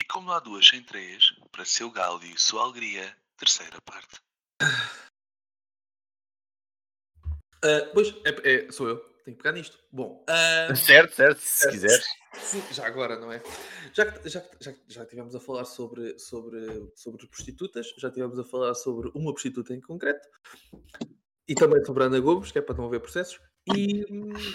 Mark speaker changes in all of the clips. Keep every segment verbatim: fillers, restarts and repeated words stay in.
Speaker 1: como não há duas sem três, para seu galo e sua alegria, terceira parte.
Speaker 2: Ah, pois, é, é- sou eu. Tenho que pegar nisto. Bom, ah,
Speaker 3: Certo, certo, se
Speaker 2: certo.
Speaker 3: quiseres.
Speaker 2: Sim, já agora, não é? Já que já, que- já, que- já estivemos a falar sobre, sobre, sobre prostitutas, já estivemos a falar sobre uma prostituta em concreto e também sobre a Ana Gomes, que é para não haver processos. E, hum,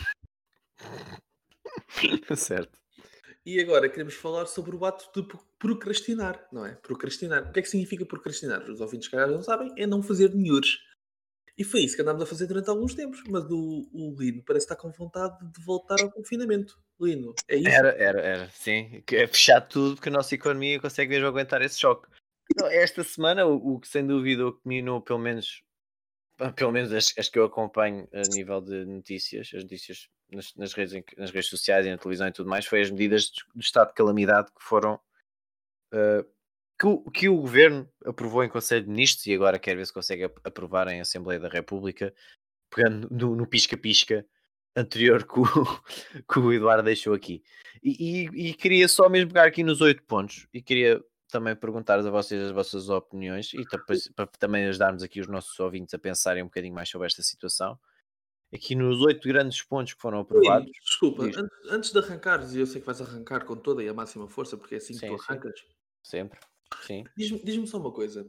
Speaker 3: Certo.
Speaker 2: e agora queremos falar sobre o ato de pro- procrastinar, não é? Procrastinar. O que é que significa procrastinar? Os ouvintes, que não sabem, é não fazer nenhures. E foi isso que andámos a fazer durante alguns tempos, mas o, o Lino parece estar com vontade de voltar ao confinamento. Lino, é isso?
Speaker 3: Era, era, era, sim. Que é fechar tudo porque a nossa economia consegue mesmo aguentar esse choque. Não, esta semana, o, o que sem dúvida o que minou, pelo menos, pá, pelo menos as, as que eu acompanho a nível de notícias, as notícias nas, nas redes, em que- nas redes sociais e na televisão e tudo mais, foi as medidas de- do estado de calamidade que foram eh, que, o, que o governo aprovou em Conselho de Ministros e agora quer ver se consegue ap- aprovar em Assembleia da República, pegando no no pisca-pisca anterior que o, que o Eduardo deixou aqui. E, e- e queria só mesmo pegar aqui nos oito pontos e queria também perguntar a vocês as vossas opiniões e depois, para também ajudarmos aqui os nossos ouvintes a pensarem um bocadinho mais sobre esta situação. Aqui nos oito grandes pontos que foram
Speaker 2: Lino,
Speaker 3: aprovados,
Speaker 2: desculpa,
Speaker 3: diz,
Speaker 2: an- antes de arrancares, e eu sei que vais arrancar com toda e a máxima força, porque é assim que tu
Speaker 3: sim, sim,
Speaker 2: arrancas,
Speaker 3: sempre, sim.
Speaker 2: diz-me diz-me só uma coisa.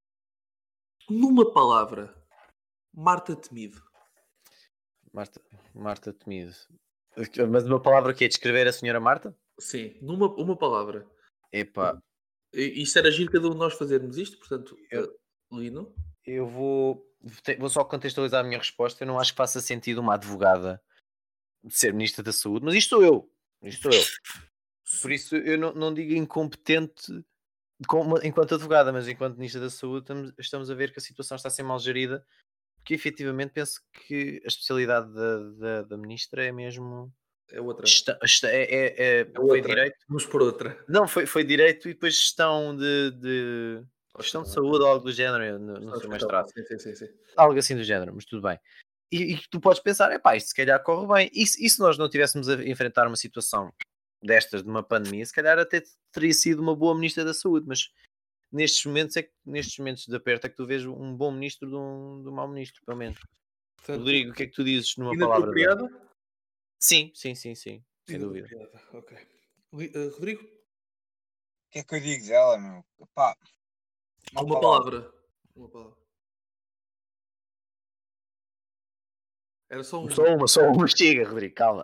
Speaker 2: Numa palavra, Marta Temido.
Speaker 3: Marta, Marta Temido. Mas uma palavra que é descrever a senhora Marta?
Speaker 2: Sim, numa uma palavra.
Speaker 3: Epá,
Speaker 2: E- Isto era giro cada um de nós fazermos isto, portanto,
Speaker 3: eu,
Speaker 2: eh, Lino.
Speaker 3: eu vou, te- vou só contextualizar a minha resposta. Eu não acho que faça sentido uma advogada de ser Ministra da Saúde, mas isto sou eu. Isto sou eu. Por isso eu não, não digo incompetente como- enquanto advogada, mas enquanto Ministra da Saúde estamos, estamos a ver que a situação está a ser mal gerida, porque efetivamente penso que a especialidade da, da, da Ministra é mesmo.
Speaker 2: É outra.
Speaker 3: Gestão- gestão- é, é- é-
Speaker 2: É
Speaker 3: foi
Speaker 2: outra.
Speaker 3: direito.
Speaker 2: Vamos por outra.
Speaker 3: Não, foi, foi direito e depois gestão de, de- gestão de
Speaker 2: Hospital.
Speaker 3: saúde ou algo do género, eu não, não
Speaker 2: Está
Speaker 3: sei o
Speaker 2: hospital.
Speaker 3: mestrado.
Speaker 2: Sim, sim, sim, sim.
Speaker 3: Algo assim do género, mas tudo bem. E, e tu podes pensar, epá, isto se calhar corre bem. E, se e se nós não tivéssemos a enfrentar uma situação destas, de uma pandemia, se calhar até teria sido uma boa Ministra da Saúde, mas nestes momentos, é que, nestes momentos de aperto é que tu vês um bom ministro de um, de um mau ministro, pelo menos.
Speaker 2: Portanto,
Speaker 3: Rodrigo, o que é que tu dizes numa palavra da...
Speaker 2: inapropriada?
Speaker 3: Sim, sim, sim, sim, sem dúvida.
Speaker 2: Inapropriada, ok. Li- eh, Rodrigo?
Speaker 4: O que é que eu digo dela, meu? Pá, uma,
Speaker 2: Uma
Speaker 4: palavra.
Speaker 2: palavra. Uma palavra. Era só um.
Speaker 3: Só uma, só uma chega, Rodrigo, calma.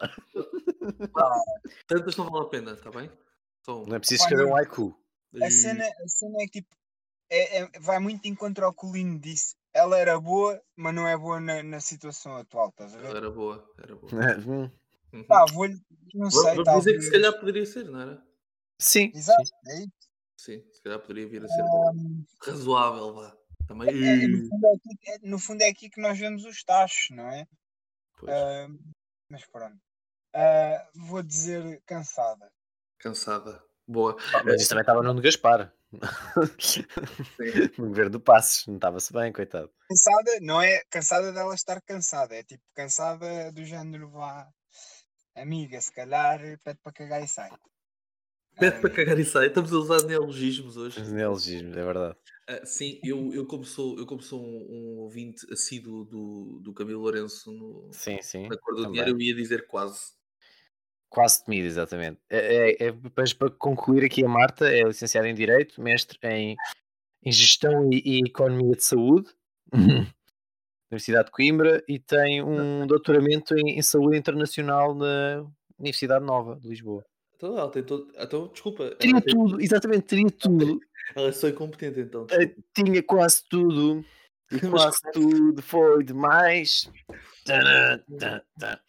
Speaker 2: Tantas não vale a pena, está bem? Só
Speaker 3: Não
Speaker 2: uma.
Speaker 3: é preciso
Speaker 4: Pá,
Speaker 3: escrever
Speaker 4: não.
Speaker 3: um haiku.
Speaker 4: A cena, a cena é que tipo, é, é- vai muito em contra ao que o Lino disse. Ela era boa, mas não é boa na, na situação atual, estás a
Speaker 2: Ela
Speaker 4: ver?
Speaker 2: era boa, era boa.
Speaker 3: Hum,
Speaker 2: Uhum.
Speaker 4: Pá, vou-lhe, não
Speaker 2: Vamos
Speaker 4: sei,
Speaker 2: vamos
Speaker 4: talvez.
Speaker 2: dizer que se calhar poderia ser, não era?
Speaker 3: Sim,
Speaker 4: Exato,
Speaker 3: sim.
Speaker 4: é isso.
Speaker 2: Sim, se calhar poderia vir a ser
Speaker 4: Hum,
Speaker 2: razoável, vá. Também.
Speaker 4: é- é- no, fundo é aqui, é- no fundo é aqui que nós vemos os tachos, não é?
Speaker 2: Pois,
Speaker 4: Hum, mas pronto. Ah, vou dizer cansada.
Speaker 2: cansada. Boa.
Speaker 3: Ah, mas isso também estava no Gaspar.
Speaker 2: Sim.
Speaker 3: No governo do Passos, não estava-se bem, coitado.
Speaker 4: Cansada, não é cansada dela estar cansada, é tipo cansada do género, vá, amiga, se calhar pede para cagar e sai.
Speaker 2: Pede para
Speaker 4: Hum,
Speaker 2: cagar e sai. Estamos a usar neologismos hoje.
Speaker 3: Neologismo, é verdade.
Speaker 2: Ah, sim, eu, eu, como sou, eu como sou um, um ouvinte assíduo do, do Camilo Lourenço no,
Speaker 3: Sim, sim.
Speaker 2: na Cor do
Speaker 3: Também.
Speaker 2: Dinheiro, eu ia dizer quase.
Speaker 3: Quase temido, exatamente. É, é, é, mas para concluir aqui, a Marta é licenciada em Direito, mestre em, em Gestão e, e Economia de Saúde, Universidade de Coimbra, e tem um doutoramento em, em Saúde Internacional na Universidade Nova de Lisboa.
Speaker 2: Então, ela tem todo... então desculpa, ela,
Speaker 3: Teria
Speaker 2: tem...
Speaker 3: tudo, exatamente, teria tudo.
Speaker 2: ela é só incompetente, então.
Speaker 3: Eh,
Speaker 2: Desculpa.
Speaker 3: Tinha quase tudo, e
Speaker 2: Mas
Speaker 3: quase
Speaker 2: quase.
Speaker 3: tudo foi demais. Tadã, tã, tã.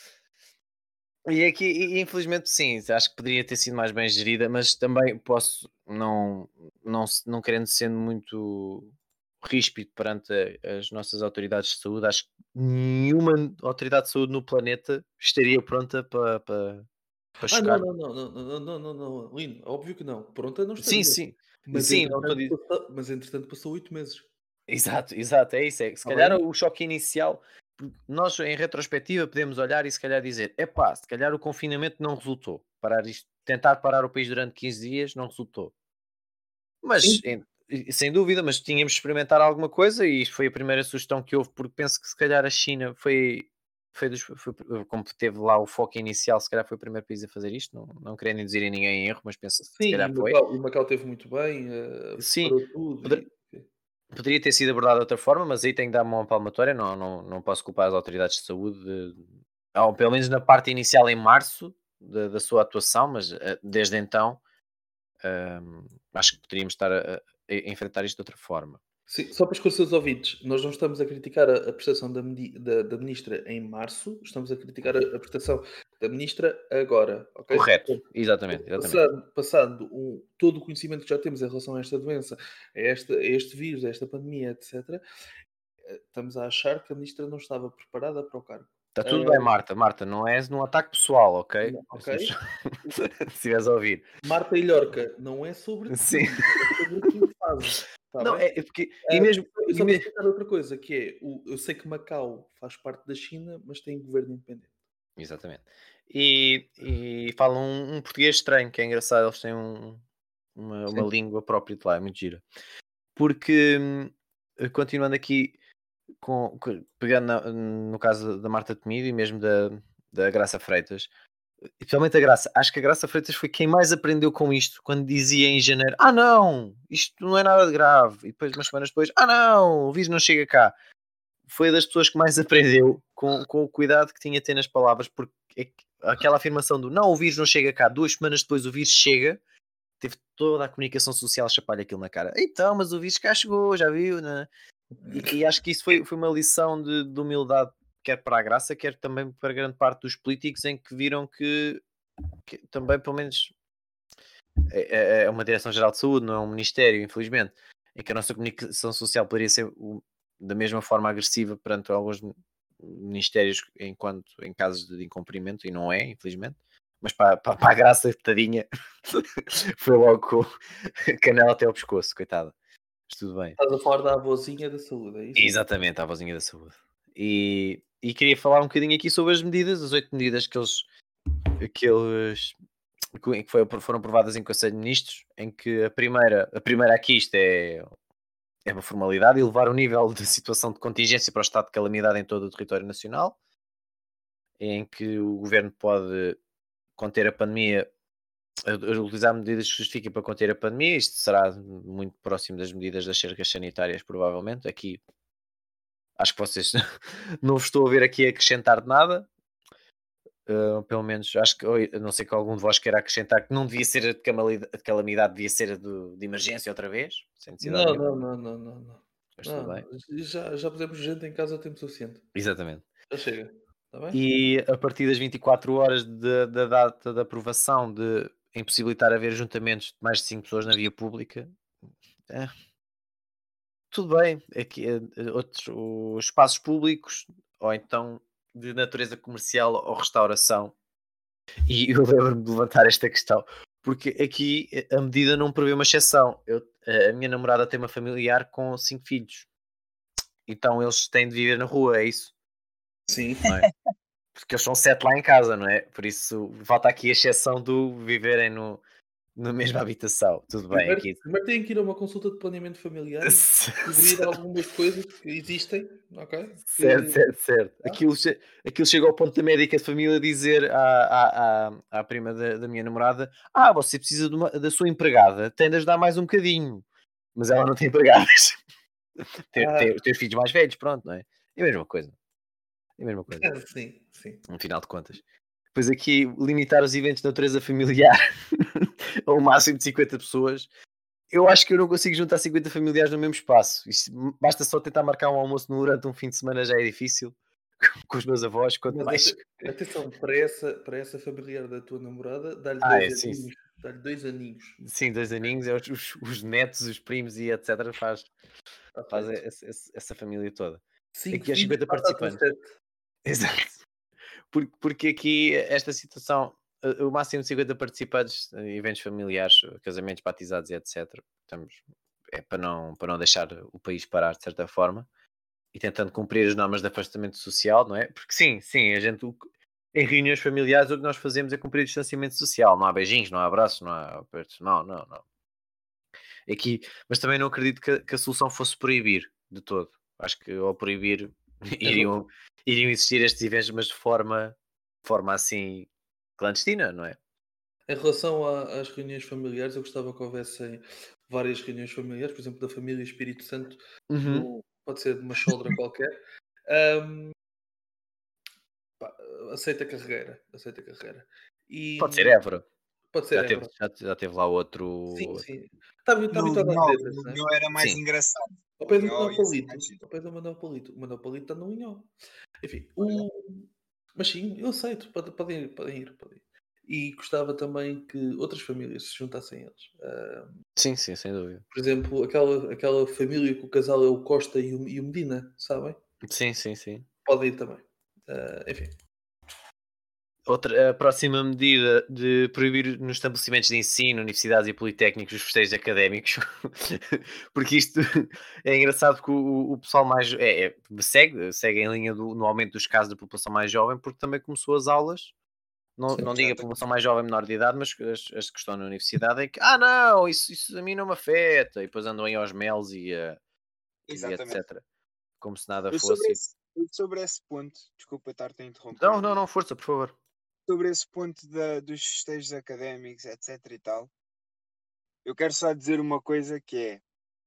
Speaker 3: E aqui, e, infelizmente, sim, acho que poderia ter sido mais bem gerida, mas também posso, não, não, se- não querendo ser muito ríspido perante a- as nossas autoridades de saúde, acho que nenhuma autoridade de saúde no planeta estaria pronta para, para, para
Speaker 2: Ah, não,
Speaker 3: chocar.
Speaker 2: não, não, não, não, não, não, não, Lino, óbvio que não. Pronta não
Speaker 3: Sim,
Speaker 2: estaria.
Speaker 3: sim,
Speaker 2: Mas
Speaker 3: sim, não estou a
Speaker 2: entretanto,
Speaker 3: dizer.
Speaker 2: passou, mas entretanto passou oito meses.
Speaker 3: Exato, exato, é isso. É que se
Speaker 2: Está
Speaker 3: calhar
Speaker 2: bem?
Speaker 3: o choque inicial, nós em retrospectiva podemos olhar e se calhar dizer, epá, se calhar o confinamento não resultou. parar isto, tentar parar o país durante quinze dias não resultou. Mas,
Speaker 2: Sim.
Speaker 3: em- e- sem dúvida, mas tínhamos de experimentar alguma coisa e isto foi a primeira sugestão que houve, porque penso que se calhar a China foi, foi, dos, foi como teve lá o foco inicial, se calhar foi o primeiro país a fazer isto, não, não querendo induzir em ninguém em erro, mas penso que se
Speaker 2: Sim, e
Speaker 3: calhar foi.
Speaker 2: Macau, e Macau teve muito bem, eh,
Speaker 3: Sim,
Speaker 2: preparou tudo.
Speaker 3: poder-
Speaker 2: E...
Speaker 3: poderia ter sido abordado de outra forma, mas aí tenho que dar uma palmatória, não, não, não posso culpar as autoridades de saúde, de, ou pelo menos na parte inicial em março da, da sua atuação, mas eh, desde então hum, acho que poderíamos estar a, a enfrentar isto de outra forma.
Speaker 2: Sim, só para esclarecer os ouvintes, nós não estamos a criticar a, a prestação da, medi- da, da ministra em março, estamos a criticar a, a prestação da ministra agora, ok?
Speaker 3: Correto,
Speaker 2: Portanto,
Speaker 3: exatamente, exatamente.
Speaker 2: Passando, passando um- todo o conhecimento que já temos em relação a esta doença, a, esta, a este vírus, a esta pandemia, etcétera, eh, estamos a achar que a ministra não estava preparada para o cargo.
Speaker 3: Está
Speaker 2: Eh,
Speaker 3: tudo bem, Marta. Marta, não és num ataque pessoal, ok?
Speaker 2: ok?
Speaker 3: Se estiveres a ouvir.
Speaker 2: Marta Ilhorca, não é sobre ti,
Speaker 3: Sim.
Speaker 2: é sobre o que tu fazes. Tá
Speaker 3: Não,
Speaker 2: bem?
Speaker 3: é, é porque. E
Speaker 2: Ah,
Speaker 3: mesmo.
Speaker 2: eu
Speaker 3: E
Speaker 2: só para
Speaker 3: me-
Speaker 2: explicar outra coisa, que é, o, eu sei que Macau faz parte da China, mas tem governo independente.
Speaker 3: Exatamente. E, e falam um, um português estranho, que é engraçado, eles têm um- uma, uma
Speaker 2: Sim.
Speaker 3: língua própria de lá, é muito gira. Porque, hum, continuando aqui, com, com- pegando na- no caso da Marta Temido e mesmo da, da Graça Freitas, especialmente a Graça, acho que a Graça Freitas foi quem mais aprendeu com isto, quando dizia em janeiro, ah não, isto não é nada de grave, e depois umas semanas depois, ah não, o vírus não chega cá. Foi das pessoas que mais aprendeu com, com o cuidado que tinha a ter nas palavras, porque é que aquela afirmação do não, o vírus não chega cá, duas semanas depois o vírus chega, teve toda a comunicação social a chapar aquilo na cara. Então, mas o vírus cá chegou, já viu, né? E, e acho que isso foi, foi uma lição de, de humildade, quer para a Graça, quer também para grande parte dos políticos, em que viram que, que também, pelo menos, é, é- é uma direção-geral de saúde, não é um ministério, infelizmente, em que a nossa comunicação social poderia ser o- da mesma forma agressiva perante alguns ministérios enquanto em casos de incumprimento, e não é, infelizmente. Mas para, para, para a Graça, tadinha, foi logo com a canela até ao pescoço, coitada. Mas tudo bem.
Speaker 2: Estás a falar da avózinha da saúde, é isso?
Speaker 3: Exatamente, a vozinha da saúde. E, e queria falar um bocadinho aqui sobre as medidas, as oito medidas que eles, que eles que que foi- foram aprovadas em Conselho de Ministros, em que a primeira, a primeira aqui isto é, é uma formalidade, elevar o nível de situação de contingência para o estado de calamidade em todo o território nacional, em que o governo pode conter a pandemia, a- a utilizar medidas que justifiquem para conter a pandemia. Isto será muito próximo das medidas das cercas sanitárias, provavelmente. Aqui acho que vocês não vos estou a ver aqui acrescentar de nada. Uh, pelo menos acho que, oi, a não sei que algum de vós queira acrescentar que não devia ser a de calamidade, a de calamidade devia ser a de, de emergência outra vez, sem necessidade
Speaker 2: Não,
Speaker 3: nenhuma,
Speaker 2: não, não, não, não, não.
Speaker 3: mas tudo
Speaker 2: Não,
Speaker 3: bem.
Speaker 2: já, já pusemos gente em casa o tempo suficiente.
Speaker 3: Exatamente.
Speaker 2: Já chega. Está bem?
Speaker 3: E a partir das vinte e quatro horas de- da data da aprovação de impossibilitar haver juntamentos de mais de cinco pessoas na via pública, é, tudo bem. Aqui, eh, eh, outros, os espaços públicos, ou então de natureza comercial ou restauração. E eu lembro-me de levantar esta questão, porque aqui eh, a medida não prevê uma exceção. Eu, a minha namorada tem uma familiar com cinco filhos, então eles têm de viver na rua, é isso,
Speaker 2: Sim.
Speaker 3: não é? Porque eles são sete lá em casa, não é? Por isso falta aqui a exceção do viverem no, na mesma habitação. Tudo bem,
Speaker 2: Primeiro,
Speaker 3: aqui.
Speaker 2: primeiro têm que ir a uma consulta de planeamento familiar e descobrir algumas coisas que existem, ok?
Speaker 3: Certo,
Speaker 2: Que,
Speaker 3: certo, certo.
Speaker 2: tá?
Speaker 3: Aquilo, che- aquilo chega ao ponto da médica de família dizer à, à, à, à prima da, da minha namorada: Ah, você precisa de uma- da sua empregada, tem de ajudar mais um bocadinho. Mas ela não tem empregadas. tem,
Speaker 2: Ah,
Speaker 3: tem, tem os filhos mais velhos, pronto, não é? É a mesma coisa. É a mesma coisa,
Speaker 2: sim, sim.
Speaker 3: no final de contas. Depois aqui, limitar os eventos de natureza familiar ao máximo de cinquenta pessoas. Eu acho que eu não consigo juntar cinquenta familiares no mesmo espaço. Isto, basta só tentar marcar um almoço durante um fim de semana, já é difícil. Com os meus avós, quanto
Speaker 2: Mas
Speaker 3: mais.
Speaker 2: ate- atenção, para essa, para essa familiar da tua namorada, dá-lhe
Speaker 3: Ah, é,
Speaker 2: dois
Speaker 3: sim.
Speaker 2: aninhos. Dá-lhe dois aninhos.
Speaker 3: Sim, dois aninhos, é os, os, os netos, os primos e etcétera. Faz,
Speaker 2: Está
Speaker 3: faz
Speaker 2: feito.
Speaker 3: essa, essa- essa família toda.
Speaker 2: Cinco
Speaker 3: Aqui aos
Speaker 2: filhos,
Speaker 3: cinquenta
Speaker 2: passa a
Speaker 3: participantes.
Speaker 2: dezassete.
Speaker 3: Exato. Porque, porque aqui esta situação, eh, o máximo de cinquenta participantes, eh, eventos familiares, casamentos, batizados e etcétera. Estamos, é para não, para não deixar o país parar de certa forma e tentando cumprir as normas de afastamento social, não é? Porque sim, sim, a gente, o- em reuniões familiares o que nós fazemos é cumprir o distanciamento social. Não há beijinhos, não há abraços, não há apertos. Não, não, não. Aqui, mas também não acredito que, a- que a solução fosse proibir de todo. Acho que ao proibir iriam, iriam existir estes eventos, mas de forma, forma assim clandestina, não é?
Speaker 2: Em relação a- às reuniões familiares, eu gostava que houvessem várias reuniões familiares, por exemplo, da família Espírito Santo,
Speaker 3: Uhum.
Speaker 2: no- pode ser de uma choldra qualquer. Ahm, pá, aceita carreira, aceita carreira. E
Speaker 3: Pode ser Évora.
Speaker 2: pode
Speaker 3: Já
Speaker 2: ser
Speaker 3: teve,
Speaker 2: Évora.
Speaker 3: já, já teve lá
Speaker 2: Sim,
Speaker 3: outro.
Speaker 2: sim. Está está
Speaker 4: No
Speaker 2: habituado a
Speaker 4: Linhó,
Speaker 2: tretas,
Speaker 4: no
Speaker 2: né?
Speaker 4: Linhó era mais
Speaker 3: Sim.
Speaker 4: engraçado.
Speaker 2: Ao pé do
Speaker 4: Linhó ia ser
Speaker 2: Manopalito.
Speaker 4: mais giro.
Speaker 2: Ao pé do Manopalito. O Manopalito está no Unhó. Enfim,
Speaker 4: Olha.
Speaker 2: o... mas sim, eu aceito. Pode- Podem ir, podem ir, podem ir. E gostava também que outras famílias se juntassem a eles. Ah,
Speaker 3: Sim, sim, sem dúvida.
Speaker 2: por exemplo, aquela, aquela família que o casal é o Costa e o, e o Medina, sabem?
Speaker 3: Sim, sim, sim.
Speaker 2: Podem ir também. Ah, enfim.
Speaker 3: Outra, a próxima medida de proibir nos estabelecimentos de ensino, universidades e politécnicos os festejos académicos, porque isto é engraçado porque o, o pessoal mais é, é- segue, segue em linha do, no aumento dos casos da população mais jovem, porque também começou as aulas, não,
Speaker 2: Sim.
Speaker 3: não digo a
Speaker 4: Exatamente.
Speaker 3: população mais jovem menor de idade, mas as, as que estão na universidade é que ah não, isso, isso a mim não me afeta, e depois andam aí aos melos e, eh, e
Speaker 4: Exatamente.
Speaker 3: etcétera. Como se nada
Speaker 4: Eu sobre
Speaker 3: fosse.
Speaker 4: esse, eu sobre esse ponto, desculpa estar-te a interromper,
Speaker 3: Não, não, não, força, por favor.
Speaker 4: sobre esse ponto da, dos festejos académicos, etc e tal, eu quero só dizer uma coisa que é,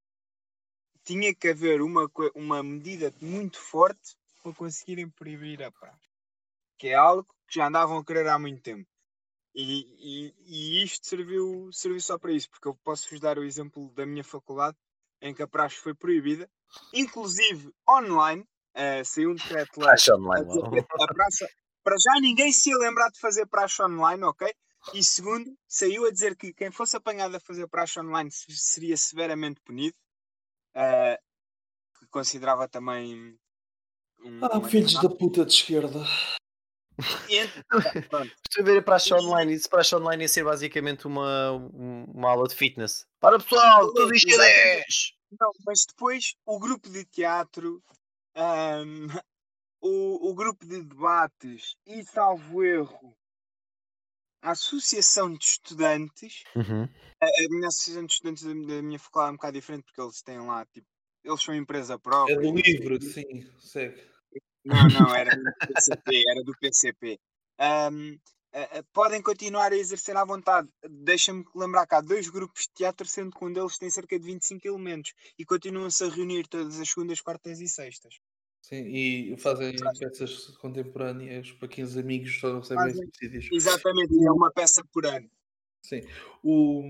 Speaker 4: tinha que haver uma, coi- uma medida muito forte para conseguirem proibir a praxe, que é algo que já andavam a querer há muito tempo. E, e, e isto serviu, serviu só para isso, porque eu posso-vos dar o exemplo da minha faculdade, em que a praxe foi proibida, inclusive online, eh, saiu um decreto-lei
Speaker 3: Acha
Speaker 4: a
Speaker 3: online,
Speaker 4: dizer
Speaker 3: uau.
Speaker 4: que a praxe, para já ninguém se ia lembrar de fazer praxe online, ok? E segundo, saiu a dizer que quem fosse apanhado a fazer praxe online se- seria severamente punido, eh, que considerava também um-
Speaker 2: Ah,
Speaker 4: uma
Speaker 2: filhos da
Speaker 4: desgraça.
Speaker 2: puta de esquerda.
Speaker 4: E, pronto.
Speaker 3: Estou a ver para a
Speaker 4: E,
Speaker 3: online. Isso para a online ia ser basicamente uma, um- uma aula de fitness. Para pessoal, tudo isto é
Speaker 4: exatamente.
Speaker 3: dez!
Speaker 4: Não, mas depois o grupo de teatro, ahm, o, o grupo de debates e, salvo erro, a associação de estudantes,
Speaker 3: Uhum.
Speaker 4: a, a minha associação de estudantes da, da minha faculdade é um bocado diferente porque eles têm lá, tipo, eles são empresa
Speaker 2: É
Speaker 4: própria
Speaker 2: do
Speaker 4: e não sei o
Speaker 2: livro,
Speaker 4: quê.
Speaker 2: sim, segue.
Speaker 4: Não, não, era do P C P, era do P C P. Ahm, a- a- podem continuar a exercer à vontade. Deixa-me lembrar que há dois grupos de teatro, sendo que um deles tem cerca de vinte e cinco elementos e continuam-se a reunir todas as segundas, quartas e sextas.
Speaker 2: Sim, e fazem peças contemporâneas para quinze amigos, só não recebem
Speaker 4: Fazem-
Speaker 2: subsídios.
Speaker 4: Exatamente, e é uma peça por ano.
Speaker 2: Sim. O,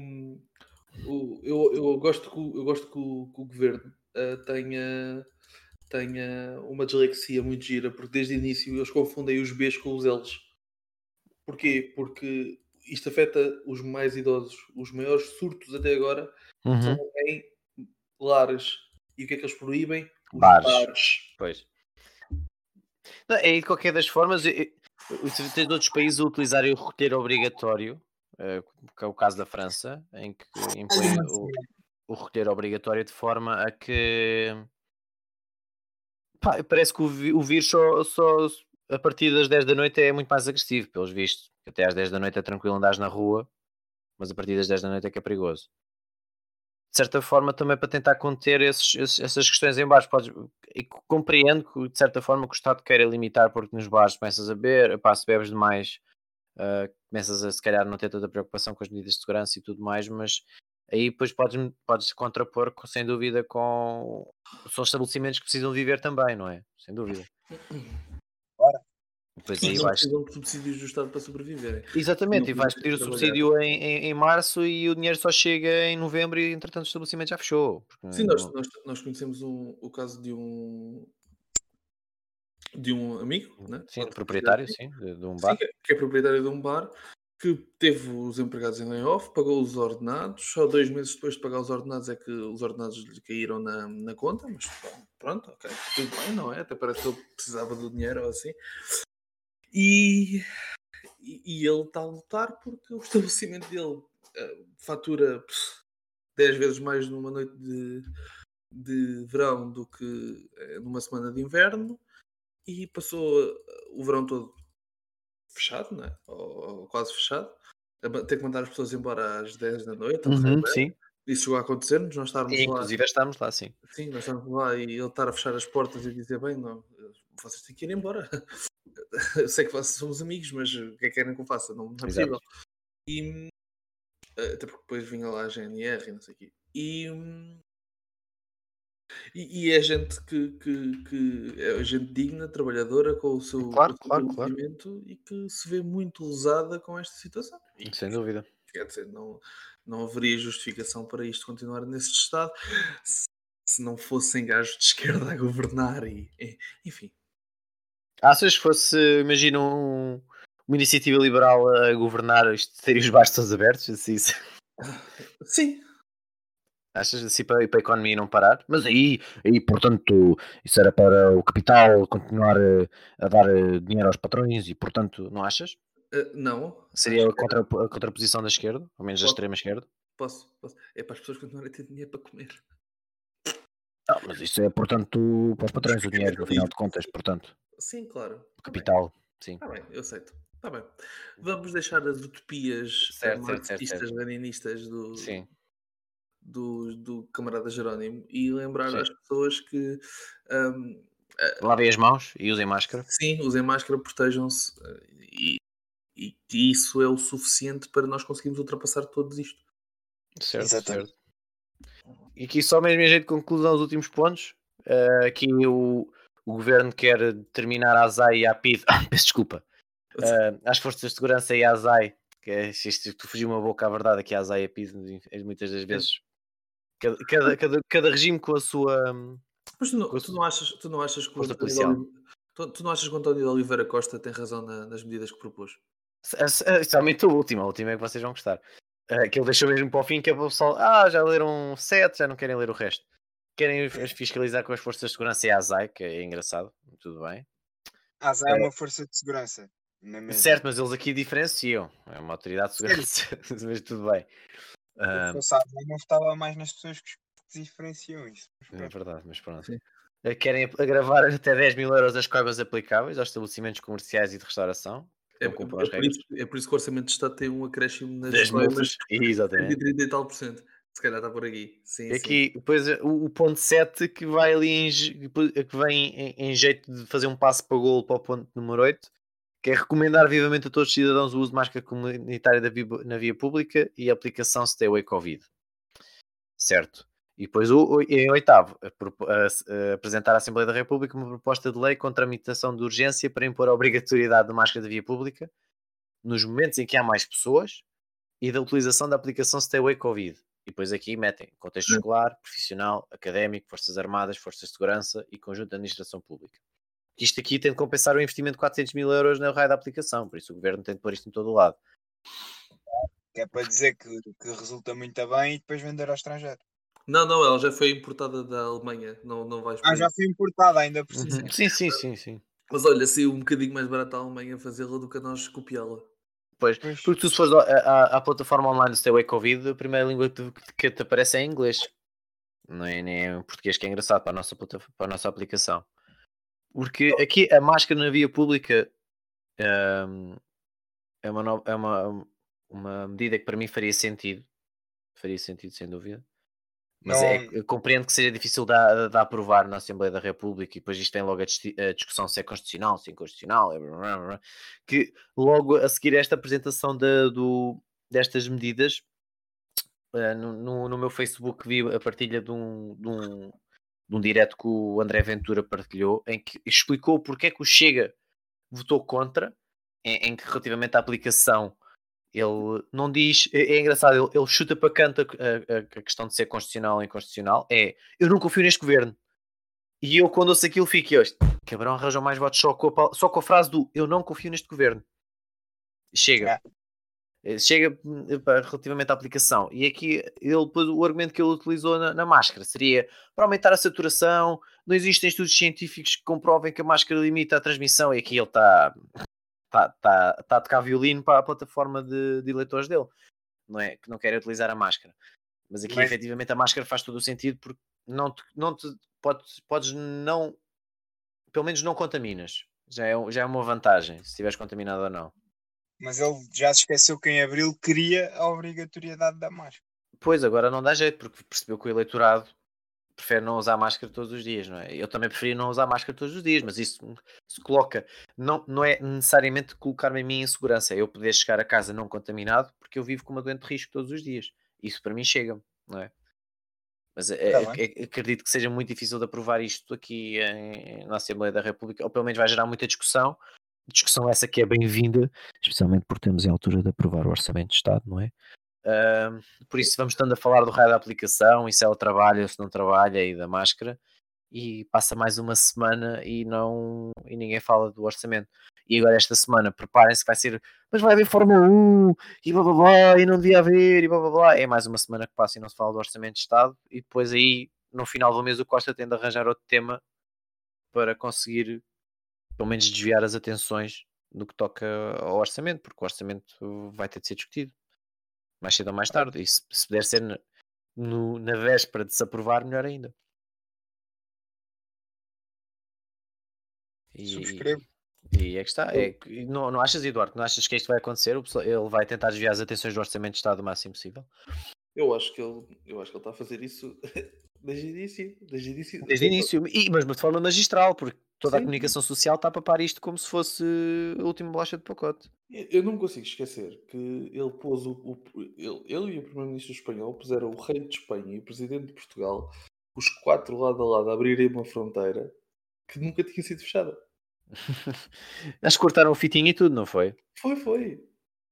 Speaker 2: o, eu, eu gosto que, o- eu gosto que o, que o governo eh, tenha, tenha uma dislexia muito gira, porque desde o início eles confundem os Bs com os Ls. Porquê? Porque isto afeta os mais idosos. Os maiores surtos até agora são
Speaker 3: Uhum.
Speaker 2: em lares. E o que é que eles proíbem? Os
Speaker 3: Bares.
Speaker 2: bares.
Speaker 3: Pois. Não, é de qualquer das formas, eu- eu- eu- tens outros países a utilizarem o roteiro obrigatório, eh, que é o caso da França, em que impõe o, o roteiro obrigatório de forma a que pá, parece que o, vi- o vírus só, só a partir das dez da noite é muito mais agressivo, pelos vistos. Até às dez da noite é tranquilo andares na rua, mas a partir das dez da noite é que é perigoso. De certa forma, também para tentar conter esses, esses- essas questões em bares, podes, e co- compreendo que de certa forma que o Estado queira limitar, porque nos bares começas a beber, pá, se bebes demais, ah, começas a se calhar não ter tanta preocupação com as medidas de segurança e tudo mais, mas aí depois podes, podes contrapor com- sem dúvida com são estabelecimentos que precisam viver também, não é? Sem dúvida.
Speaker 4: Ora,
Speaker 3: Depois
Speaker 2: E
Speaker 3: aí
Speaker 2: não
Speaker 3: vais.
Speaker 2: precisam de subsídios do Estado para sobreviverem.
Speaker 3: Exatamente, e
Speaker 2: Não
Speaker 3: vais
Speaker 2: precisam
Speaker 3: pedir o
Speaker 2: trabalhar.
Speaker 3: subsídio em, em, em março e o dinheiro só chega em novembro e entretanto o estabelecimento já fechou. Porque
Speaker 2: Sim, nós,
Speaker 3: não-
Speaker 2: nós, nós conhecemos um, o caso de um, de um amigo, né?
Speaker 3: sim,
Speaker 2: Pode considerar
Speaker 3: proprietário,
Speaker 2: assim.
Speaker 3: sim, de, de um
Speaker 2: Sim,
Speaker 3: bar.
Speaker 2: que é que é proprietário de um bar, que teve os empregados em layoff, pagou os ordenados, só dois meses depois de pagar os ordenados é que os ordenados lhe caíram na, na conta, mas pronto, ok, tudo bem, não é? Até parece que ele precisava do dinheiro ou assim. E, e, e ele está a lutar porque o estabelecimento dele eh, fatura pff, dez vezes mais numa noite de, de verão do que eh, numa semana de inverno e passou eh, o verão todo fechado, não é? Ou, ou quase fechado. A ma- Ter que mandar as pessoas embora às dez da noite, ou correr
Speaker 3: Uhum,
Speaker 2: bem.
Speaker 3: sim.
Speaker 2: Isso chegou a acontecer-nos, nós estarmos
Speaker 3: E,
Speaker 2: lá.
Speaker 3: inclusive estamos lá, sim.
Speaker 2: Sim, nós estamos lá e ele estar a fechar as portas e dizer, bem, não, vocês têm que ir embora. Eu sei que vocês somos amigos, mas o que é que querem que eu faça? Não, não é
Speaker 3: Exato.
Speaker 2: possível. E eh, até porque depois vinha lá a G N R e não sei o quê. E, hum, e, e é gente que, que, que é gente digna, trabalhadora, com o seu, com
Speaker 3: Claro,
Speaker 2: o seu
Speaker 3: claro, claro.
Speaker 2: conhecimento e que se vê muito lesada com esta situação. E,
Speaker 3: Sem dúvida.
Speaker 2: quer dizer, não, não haveria justificação para isto continuar nesse estado se, se não fossem gajos de esquerda a governar e, e- enfim.
Speaker 3: Achas que fosse, imagina, um, uma iniciativa liberal a governar, isto teria os bastos abertos? Assim, isso-
Speaker 2: Sim,
Speaker 3: achas assim para, para a economia não parar? Mas aí, aí, portanto, isso era para o capital continuar eh, a, dar eh, dinheiro aos patrões e, portanto, não achas?
Speaker 2: eh, não,
Speaker 3: Seria
Speaker 2: acho
Speaker 3: a,
Speaker 2: que era.
Speaker 3: contra, a contraposição da esquerda, ao menos da
Speaker 2: Posso,
Speaker 3: extrema esquerda?
Speaker 2: posso, posso. É para as pessoas continuarem a ter dinheiro para comer.
Speaker 3: Não, mas isso é, portanto, para os patrões, o dinheiro, no final de contas, portanto,
Speaker 2: Sim, claro.
Speaker 3: o
Speaker 2: Está bem,
Speaker 3: capital, sim.
Speaker 2: está bem, eu aceito. Está bem. Vamos deixar as utopias eh,
Speaker 3: Certo, certo, certo,
Speaker 2: marxistas,
Speaker 3: certo.
Speaker 2: leninistas do,
Speaker 3: Sim,
Speaker 2: do, do camarada Jerónimo e lembrar
Speaker 3: sim.
Speaker 2: às pessoas que hum, eh,
Speaker 3: Lavem as mãos e usem máscara.
Speaker 2: sim, usem máscara, protejam-se eh, e, e isso é o suficiente para nós conseguirmos ultrapassar tudo isto.
Speaker 3: Certo,
Speaker 4: Exatamente.
Speaker 3: certo. E aqui só mesmo em jeito de conclusão os últimos pontos. eh, aqui o, o governo quer terminar a ASAI e a APID. Ah, peço desculpa. eh, às forças de segurança e a ASAI. Que é, isto, isto fugiu uma boca à verdade aqui a ASAI e a APID muitas das vezes. Cada, cada, cada, cada regime com a sua,
Speaker 2: Mas tu
Speaker 3: com a
Speaker 2: não, tu
Speaker 3: sua
Speaker 2: não achas, tu não achas que o
Speaker 3: força
Speaker 2: António de
Speaker 3: policial.
Speaker 2: Oliveira, tu, tu não achas que o António de Oliveira Costa tem razão na- nas medidas que propôs?
Speaker 3: Especialmente a última, a última é que vocês vão gostar. Eh, que ele deixou mesmo para o fim, que é para o pessoal, ah, já leram sete, já não querem ler o resto. Querem f- fiscalizar com as forças de segurança e a ASAI, que é engraçado, tudo bem.
Speaker 4: A ASA é uma força de segurança, na mesma.
Speaker 3: Certo, mas eles aqui diferenciam. É uma autoridade de
Speaker 4: Sério?
Speaker 3: segurança, mas tudo bem.
Speaker 4: Se
Speaker 3: Ah,
Speaker 4: fosse a ASA, eu não votava mais nas pessoas que que diferenciam isso. Mas
Speaker 3: é
Speaker 4: pronto.
Speaker 3: verdade, mas pronto.
Speaker 2: Sim.
Speaker 3: Eh, Querem agravar até dez mil euros as coibas aplicáveis aos estabelecimentos comerciais e de restauração que
Speaker 2: É,
Speaker 3: não cumpram
Speaker 2: é,
Speaker 3: as
Speaker 2: por
Speaker 3: regras
Speaker 2: isso, é por isso que o Orçamento de Estado tem um acréscimo nas
Speaker 3: das
Speaker 2: coisas
Speaker 3: multas.
Speaker 2: de
Speaker 3: Exatamente.
Speaker 2: cento e trinta e tal por cento. Se calhar está por aqui. Sim,
Speaker 3: E
Speaker 2: sim.
Speaker 3: aqui, depois eh, o, o ponto sete que vai ali em, je- que vem em, em jeito de fazer um passo para o golo para o ponto número oito, que é recomendar vivamente a todos os cidadãos o uso de máscara comunitária da via- na via pública e a aplicação Stay Away Covid. Certo. E depois, o, o- em oitavo, a propo- a- a apresentar à Assembleia da República uma proposta de lei com tramitação de urgência para impor a obrigatoriedade de máscara da via pública nos momentos em que há mais pessoas e da utilização da aplicação Stay Away Covid. E depois aqui metem contexto escolar, profissional, académico, forças armadas, forças de segurança e conjunto de administração pública. Isto aqui tem de compensar o investimento de quatrocentos mil euros na raio da aplicação, por isso o governo tem de pôr isto em todo o lado.
Speaker 4: Que é para dizer que, que resulta muito bem e depois vender ao estrangeiro.
Speaker 2: Não, não, ela já foi importada da Alemanha. Não, não vais por
Speaker 4: Ah,
Speaker 2: aí.
Speaker 4: já foi importada ainda por cima.
Speaker 3: Uhum. Sim, sim, sim, sim.
Speaker 2: Mas olha, saiu um bocadinho mais barato a Alemanha fazê-la do que a nós copiá-la.
Speaker 3: Pois,
Speaker 4: Pois.
Speaker 3: porque tu se fores ao- à, à- à plataforma online do Stay Away Covid, a primeira língua que te, que te aparece é em inglês. Não é nem é em português, que é engraçado para a nossa, plata- para a nossa aplicação. Porque aqui a máscara na via pública hum, é, uma, no- é uma, uma medida que para mim faria sentido. Faria sentido, sem dúvida. Mas é,
Speaker 4: Não,
Speaker 3: eu compreendo que seja difícil de, de, de aprovar na Assembleia da República e depois isto tem logo a, dis- a discussão se é constitucional, se é inconstitucional, é blá, blá, blá, que logo a seguir esta apresentação da- do, destas medidas, eh, no, no, no meu Facebook vi a partilha de um, de, um, de um direto que o André Ventura partilhou, em que explicou porque é que o Chega votou contra, em, em que relativamente à aplicação ele não diz, é, é engraçado, ele, ele chuta para canto a, a- a questão de ser constitucional ou inconstitucional, é, eu não confio neste governo. E eu quando ouço aquilo fico, eu, cabrão, arranjam mais votos só com, a, pal- só com a frase do, eu não confio neste governo. Chega.
Speaker 4: É.
Speaker 3: Eh, Chega hum, pá, relativamente à aplicação. E aqui ele, depois, o argumento que ele utilizou na, na máscara seria para aumentar a saturação, não existem estudos científicos que comprovem que a máscara limita a transmissão, e aqui ele está tá, tá, tá a tocar violino para a plataforma de, de eleitores dele, não é? Que não querem utilizar a máscara. Mas aqui,
Speaker 4: Mas-
Speaker 3: efetivamente, a máscara faz todo o sentido porque não te, não te podes, podes não, pelo menos não contaminas. Já é, já é uma vantagem, se estiveres contaminado ou não.
Speaker 4: Mas ele já se esqueceu que em abril queria a obrigatoriedade da máscara.
Speaker 3: Pois, agora não dá jeito, porque percebeu que o eleitorado prefere não usar máscara todos os dias, não é? Eu também preferia não usar máscara todos os dias, mas isso se coloca, não, não é necessariamente colocar-me a mim em segurança, é eu poder chegar a casa não contaminado, porque eu vivo com uma doente de risco todos os dias. Isso para mim chega-me, não é? Mas é,
Speaker 4: Tá
Speaker 3: é, é, acredito que seja muito difícil de aprovar isto aqui em, na Assembleia da República, ou pelo menos vai gerar muita discussão. Discussão essa que é bem-vinda, especialmente porque estamos em altura de aprovar o Orçamento de Estado, não é? Uh, por isso vamos estando a falar do raio da aplicação e se ela trabalha ou se não trabalha e da máscara, e passa mais uma semana e não e ninguém fala do orçamento. E agora esta semana preparem-se que vai ser, mas vai haver Fórmula um e blá blá blá e não devia haver e blá blá blá. É mais uma semana que passa e não se fala do orçamento de Estado, e depois aí no final do mês o Costa tem de arranjar outro tema para conseguir pelo menos desviar as atenções no que toca ao orçamento, porque o orçamento vai ter de ser discutido mais cedo ou mais tarde, e se, se puder ser na, no, na véspera de se aprovar, melhor ainda. E,
Speaker 4: Subscrevo.
Speaker 3: E é que está. É, não, não achas, Eduardo, não achas que isto vai acontecer? O pessoal- Ele vai tentar desviar as atenções do Orçamento de Estado o máximo possível?
Speaker 2: Eu acho que ele, eu acho que ele está a fazer isso desde o início. Desde o início.
Speaker 3: Desde o início, e, mas de forma magistral, porque toda a
Speaker 2: Sim.
Speaker 3: comunicação social está a papar isto como se fosse a última bolacha de pacote.
Speaker 2: Eu eu não consigo esquecer que ele pôs o, o- ele, ele e o primeiro-ministro espanhol puseram o rei de Espanha e o presidente de Portugal, os quatro lado a lado, a abrirem uma fronteira que nunca tinha sido fechada.
Speaker 3: Acho que cortaram o fitinho e tudo, não foi?
Speaker 2: Foi, foi.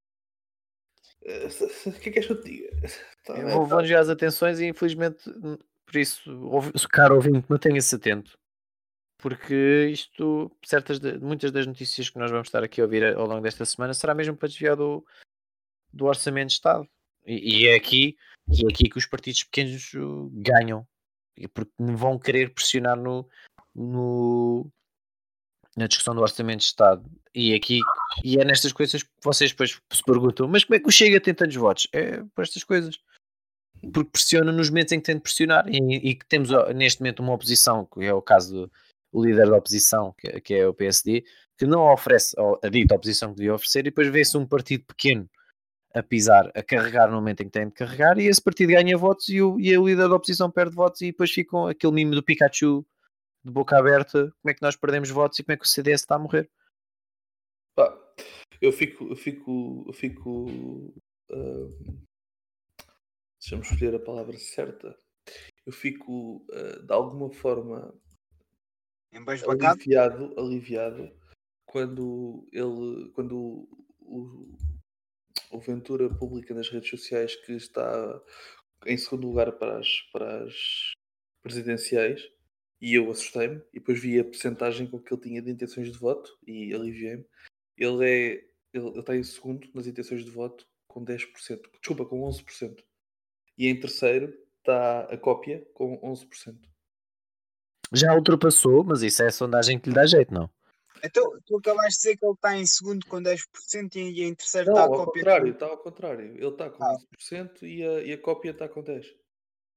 Speaker 2: Eh, se- se- O que é que és que eu te diga? Tá,
Speaker 3: Eu
Speaker 2: é,
Speaker 3: vou, vou desviar as atenções e infelizmente, hum, por isso, ouvi- caro ouvinte, mantenha-se atento. Porque isto, certas de- muitas das notícias que nós vamos estar aqui a ouvir ao longo desta semana será mesmo para desviar do, do Orçamento de Estado. E, e é aqui, e é aqui que os partidos pequenos uh, ganham. E porque vão querer pressionar no, no- na discussão do Orçamento de Estado. E aqui e é nestas coisas que vocês depois se perguntam, mas como é que o Chega tem tantos votos? É por estas coisas. Porque pressiona nos momentos em que tem de pressionar. E, e que temos ó, neste momento uma oposição, que é o caso do o líder da oposição, que, que é o P S D, que não oferece ó, a dita oposição que devia oferecer, e depois vê-se um partido pequeno a pisar, a carregar no momento em que tem de carregar, e esse partido ganha votos e o, e o líder da oposição perde votos, e depois ficam aquele mimo do Pikachu de boca aberta, como é que nós perdemos votos e como é que o C D S está a morrer.
Speaker 2: pá, eu fico, eu fico, eu fico. ah, deixa-me escolher a palavra certa. Eu fico ah, de alguma forma
Speaker 4: Embasbacado.
Speaker 2: aliviado, aliviado quando ele, quando o, o, o Ventura publica nas redes sociais que está em segundo lugar para as, para as presidenciais, e eu assustei-me e depois vi a percentagem com que ele tinha de intenções de voto e aliviei-me. Ele é ele, ele está em segundo nas intenções de voto com dez por cento, desculpa, com onze por cento, e em terceiro está a cópia com onze por cento.
Speaker 3: Já ultrapassou, mas isso é a sondagem que lhe dá jeito, não?
Speaker 4: Então, tu acabaste de dizer que ele está em segundo com dez por cento e em terceiro
Speaker 2: Não,
Speaker 4: está a
Speaker 2: ao
Speaker 4: cópia.
Speaker 2: contrário, está ao contrário. Ele está com
Speaker 4: Ah.
Speaker 2: onze por cento e a, e a cópia está com dez por cento.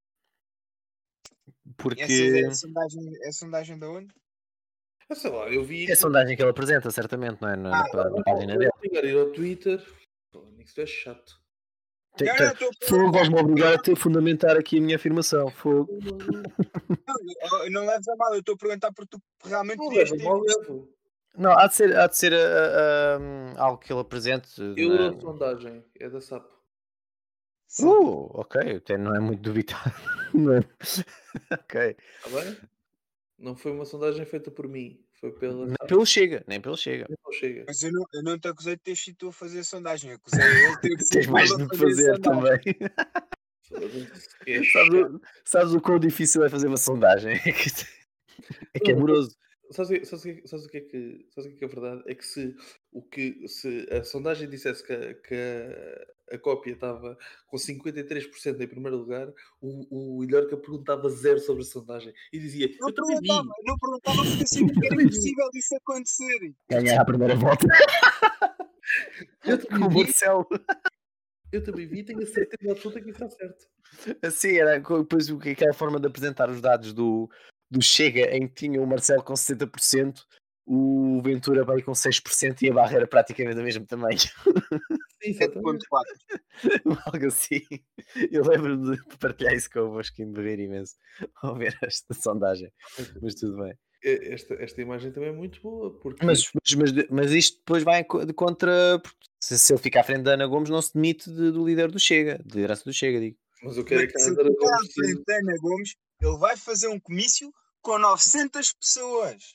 Speaker 3: Porque
Speaker 4: Essa é a sondagem, é a sondagem da onde?
Speaker 2: Ah, sei lá, eu vi
Speaker 3: é a sondagem que ele apresenta, certamente, não é? Na, na, na, na página dele.
Speaker 2: Eu ir ao Twitter. Pô, isso é chato.
Speaker 3: Tem-
Speaker 4: Não,
Speaker 3: tem-
Speaker 4: não, estou a
Speaker 3: Fogo, vais-me obrigar a ter fundamentar aqui a minha afirmação. Fogo.
Speaker 4: Não, eu não leves a mal, eu estou a perguntar porque tu realmente
Speaker 2: Não
Speaker 4: podias
Speaker 2: levo,
Speaker 4: ter
Speaker 2: mal
Speaker 4: visto.
Speaker 2: levo.
Speaker 3: Não, há de ser, há de ser ah, ah, ah, algo que ele apresente. na-
Speaker 2: Eurosondagem, é da S A P.
Speaker 4: Sim.
Speaker 3: Uh, ok, até não é muito duvidável. Não é? Ok.
Speaker 2: Está bem? Não foi uma sondagem feita por mim. Foi pela
Speaker 3: Nem
Speaker 2: S A P.
Speaker 3: pelo Chega, nem pelo Chega.
Speaker 2: Não chega.
Speaker 4: Mas eu não, eu não te acusei de ter sido tu a fazer a sondagem, acusei ele de ter sido
Speaker 3: Tens mais
Speaker 4: ele a
Speaker 3: do que
Speaker 4: fazer a
Speaker 3: fazer
Speaker 4: sondagem.
Speaker 3: também.
Speaker 2: Foda-se, que é
Speaker 3: Sabes,
Speaker 2: chato.
Speaker 3: o- sabes o quão difícil é fazer uma sondagem? É que é, que é
Speaker 2: Não,
Speaker 3: moroso.
Speaker 2: Sabes, o que- sabes, o que- sabes o que é que sabes o que é que é verdade? É que se, o que, se a sondagem dissesse que, a- que a, a cópia estava com cinquenta e três por cento em primeiro lugar, o, o Ilhorca perguntava zero sobre a sondagem e dizia:
Speaker 4: Não
Speaker 2: Eu também vi.
Speaker 4: perguntava, não perguntava porque eu sabia que era impossível disso acontecer.
Speaker 3: Ganhar a primeira volta.
Speaker 2: Eu
Speaker 3: Com
Speaker 2: também
Speaker 3: o
Speaker 2: vi,
Speaker 3: Marcelo.
Speaker 2: eu também vi, tenho a certeza absoluta que isso está certo.
Speaker 3: Assim, era co- depois o que aquela forma de apresentar os dados do, do Chega em que tinha o Marcelo com sessenta por cento, o Ventura veio com seis por cento e a barra era praticamente do mesmo tamanho.
Speaker 4: sete vírgula quatro.
Speaker 3: Algo assim. Eu lembro-me de partilhar isso convosco e de rir imenso ao ver esta sondagem. Mas tudo bem.
Speaker 2: Esta, esta imagem também é muito boa, porque
Speaker 3: Mas, mas, mas, mas isto depois vai de contra. Se, se ele ficar à frente da Ana Gomes, não se demite de, do líder do Chega, de liderança do Chega, digo.
Speaker 2: mas eu quero é
Speaker 4: Mas
Speaker 2: que a
Speaker 4: se
Speaker 2: Ana
Speaker 4: ele ficar à
Speaker 2: Gomes seja-
Speaker 4: frente da Ana Gomes, ele vai fazer um comício com novecentas pessoas.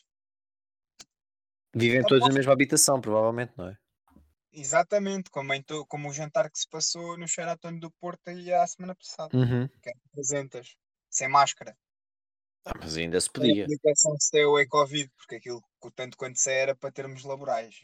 Speaker 3: Vivem
Speaker 4: Tá
Speaker 3: todos
Speaker 4: bom.
Speaker 3: na mesma habitação, provavelmente, não é?
Speaker 4: Exatamente, como, em to- como o jantar que se passou no Sheraton do Porto aí a semana passada.
Speaker 3: Uhum.
Speaker 4: Que eram trezentas, sem máscara.
Speaker 3: Ah, mas ainda se
Speaker 4: Sem
Speaker 3: podia.
Speaker 4: aplicação se é o e-Covid, porque aquilo, tanto quanto se era para termos laborais.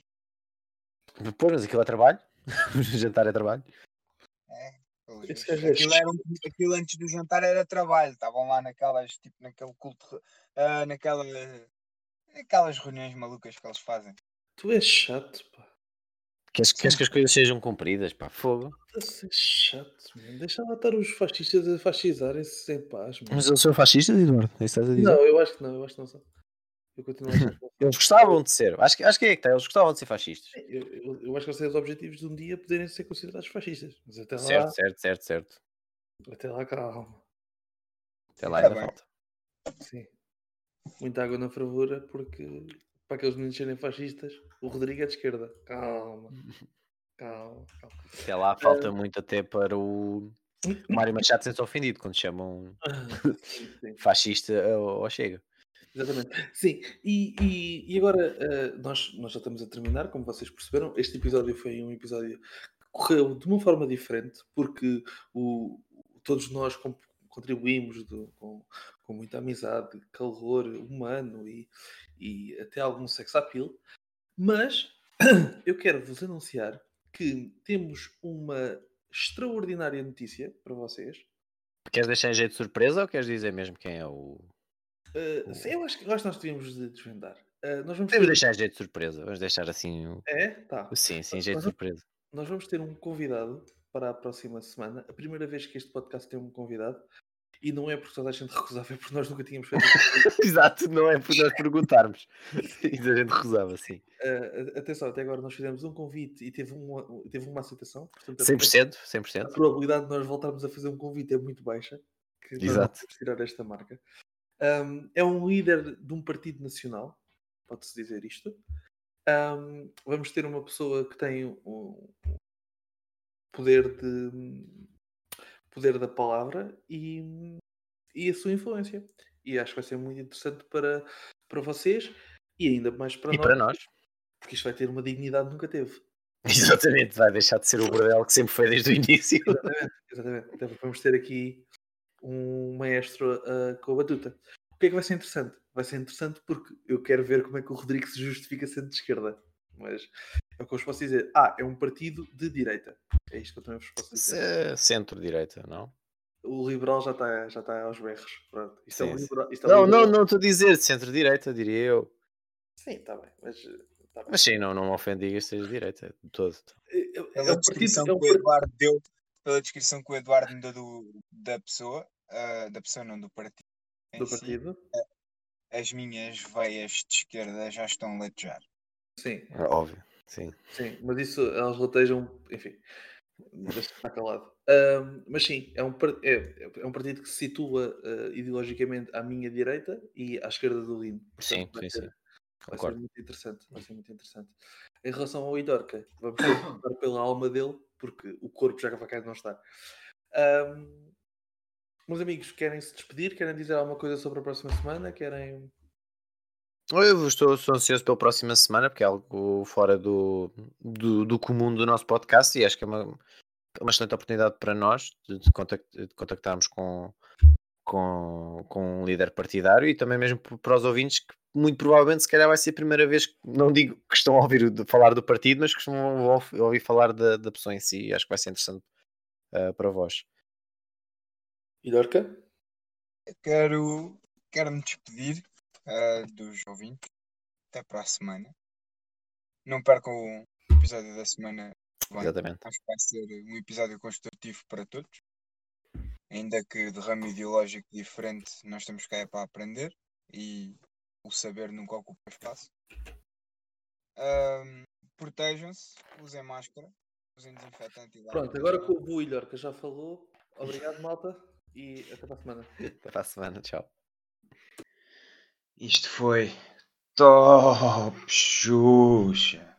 Speaker 3: Pois, mas aquilo é trabalho. O jantar é trabalho.
Speaker 4: É, pelos
Speaker 2: Esse
Speaker 4: vistos.
Speaker 2: gajo é
Speaker 4: Aquilo, era, um- aquilo antes do jantar era trabalho. Estavam lá naquelas, tipo, naquele culto, ah, naquela, naquelas reuniões malucas que eles fazem.
Speaker 2: Tu és chato, pá.
Speaker 3: Queres, queres que as coisas sejam cumpridas, pá, fogo.
Speaker 2: Estás a ser chato, mano. Deixa lá estar os fascistas a fascizarem-se em paz, mano.
Speaker 3: Mas eles são fascistas, Eduardo? É isso que estás a dizer?
Speaker 2: Não, eu acho que não, eu acho que não são. Eu continuo a achar que não são.
Speaker 3: Eles gostavam de ser. Acho que, acho que é que tá. Eles gostavam de ser fascistas.
Speaker 2: Eu, eu, eu acho que eles têm os objetivos de um dia poderem ser considerados fascistas. Mas até lá,
Speaker 3: Certo, certo, certo, certo.
Speaker 2: até lá, calma.
Speaker 3: Até lá
Speaker 4: Tá
Speaker 3: ainda
Speaker 4: bem.
Speaker 3: falta.
Speaker 2: Sim. Muita água na fervura, porque para aqueles meninos serem fascistas, o Rodrigo é de esquerda. Calma. Calma, calma.
Speaker 3: Até lá falta muito até para o o Mário Machado ser ofendido quando chamam
Speaker 2: Sim, sim.
Speaker 3: fascista ao ao Chega.
Speaker 2: Exatamente. Sim, e, e, e agora eh, nós, nós já estamos a terminar, como vocês perceberam. Este episódio foi um episódio que correu de uma forma diferente, porque o, todos nós com- contribuímos do- com, com muita amizade, calor humano e, e até algum sex appeal. Mas eu quero vos anunciar que temos uma extraordinária notícia para vocês.
Speaker 3: Queres deixar em jeito de surpresa ou queres dizer mesmo quem é o.
Speaker 2: Uh, sim, eu acho, que- eu acho que nós devíamos de desvendar. Uh, nós vamos
Speaker 3: Podemos
Speaker 2: ter...
Speaker 3: deixar em jeito de surpresa. Vamos deixar assim. o-
Speaker 2: É? Tá.
Speaker 3: Sim, sim, em jeito
Speaker 2: Nós
Speaker 3: de
Speaker 2: vamos,
Speaker 3: surpresa.
Speaker 2: nós vamos ter um convidado para a próxima semana. A primeira vez que este podcast tem um convidado. E não é porque toda a gente recusava, é porque nós nunca tínhamos feito.
Speaker 3: Exato, não é por nós perguntarmos. E a gente recusava, sim.
Speaker 2: Uh, atenção, até agora nós fizemos um convite e teve uma, teve uma aceitação. Portanto, a-
Speaker 3: cem por cento, cem por
Speaker 2: a
Speaker 3: cento.
Speaker 2: probabilidade de nós voltarmos a fazer um convite é muito baixa. Que nós não
Speaker 3: Exato.
Speaker 2: podemos tirar esta marca. Um, é um líder de um partido nacional, pode-se dizer isto. Um, vamos ter uma pessoa que tem um poder de poder da palavra e, e a sua influência. E acho que vai ser muito interessante para, para vocês e ainda mais para
Speaker 3: E
Speaker 2: nós,
Speaker 3: para nós.
Speaker 2: porque isto vai ter uma dignidade que nunca teve.
Speaker 3: Exatamente, vai deixar de ser o bordel que sempre foi desde o início.
Speaker 2: Exatamente, exatamente. Então, vamos ter aqui um maestro uh, com a batuta. O que é que vai ser interessante? Vai ser interessante porque eu quero ver como é que o Rodrigo se justifica sendo de esquerda. Mas é o que eu vos posso dizer. Ah, é um partido de direita. É isto que eu também vos posso dizer.
Speaker 3: Centro-direita, não?
Speaker 2: O liberal já está já tá aos berros. Pronto. Isto é
Speaker 3: Sim,
Speaker 2: um
Speaker 3: sim.
Speaker 2: liberal. Isto é
Speaker 3: Não,
Speaker 2: liberal.
Speaker 3: não, não estou a dizer centro-direita, diria eu.
Speaker 2: Sim, está bem. Mas, tá bem.
Speaker 3: Mas sim, não, não me ofendi que seja direita, de todo.
Speaker 2: É, é, é
Speaker 4: Pela
Speaker 2: um
Speaker 4: descrição
Speaker 2: partido. É um
Speaker 4: que o
Speaker 2: partido
Speaker 4: Eduardo deu, pela descrição que o Eduardo me deu do, da pessoa, ah, da pessoa não, do partido em
Speaker 2: do
Speaker 4: si,
Speaker 2: partido.
Speaker 4: as minhas veias de esquerda já estão a latejar.
Speaker 2: Sim,
Speaker 3: É óbvio, sim.
Speaker 2: sim. Mas isso elas latejam. Enfim. Deixa estar calado. Ahm, mas sim, é um, par- é, é um partido que se situa uh, ideologicamente à minha direita e à esquerda do Lino.
Speaker 3: Sim,
Speaker 2: Portanto, vai
Speaker 3: sim,
Speaker 2: ser-
Speaker 3: sim.
Speaker 2: Vai ser
Speaker 3: Concordo.
Speaker 2: muito interessante. Vai ser muito interessante. Em relação ao Idorca, vamos ter que lutar pela alma dele, porque o corpo já vai cá não está. Ahm, meus amigos, querem se despedir? Querem dizer alguma coisa sobre a próxima semana? Querem.
Speaker 3: Eu estou, estou ansioso pela próxima semana, porque é algo fora do, do, do comum do nosso podcast e acho que é uma, uma excelente oportunidade para nós de, de, contact, de contactarmos com, com, com um líder partidário e também mesmo para os ouvintes que muito provavelmente se calhar vai ser a primeira vez que, não digo que estão a ouvir de, falar do partido, mas que estão a ouvir, a ouvir falar da, da pessoa em si e acho que vai ser interessante uh, para vós.
Speaker 2: Idorca?
Speaker 4: Quero, quero me despedir uh, dos ouvintes. Até para a semana. Não percam o episódio da semana que vem.
Speaker 3: Exatamente.
Speaker 4: Acho que vai ser um episódio construtivo para todos. Ainda que de ramo ideológico diferente, nós temos cá é para aprender e o saber nunca ocupa espaço. Ahm, protejam-se, usem máscara, usem desinfetante e
Speaker 2: Pronto, agora que o Ilhorca já falou, obrigado, malta, e até para a semana.
Speaker 3: Até para a semana, tchau.
Speaker 5: Isto foi Top Xuxa.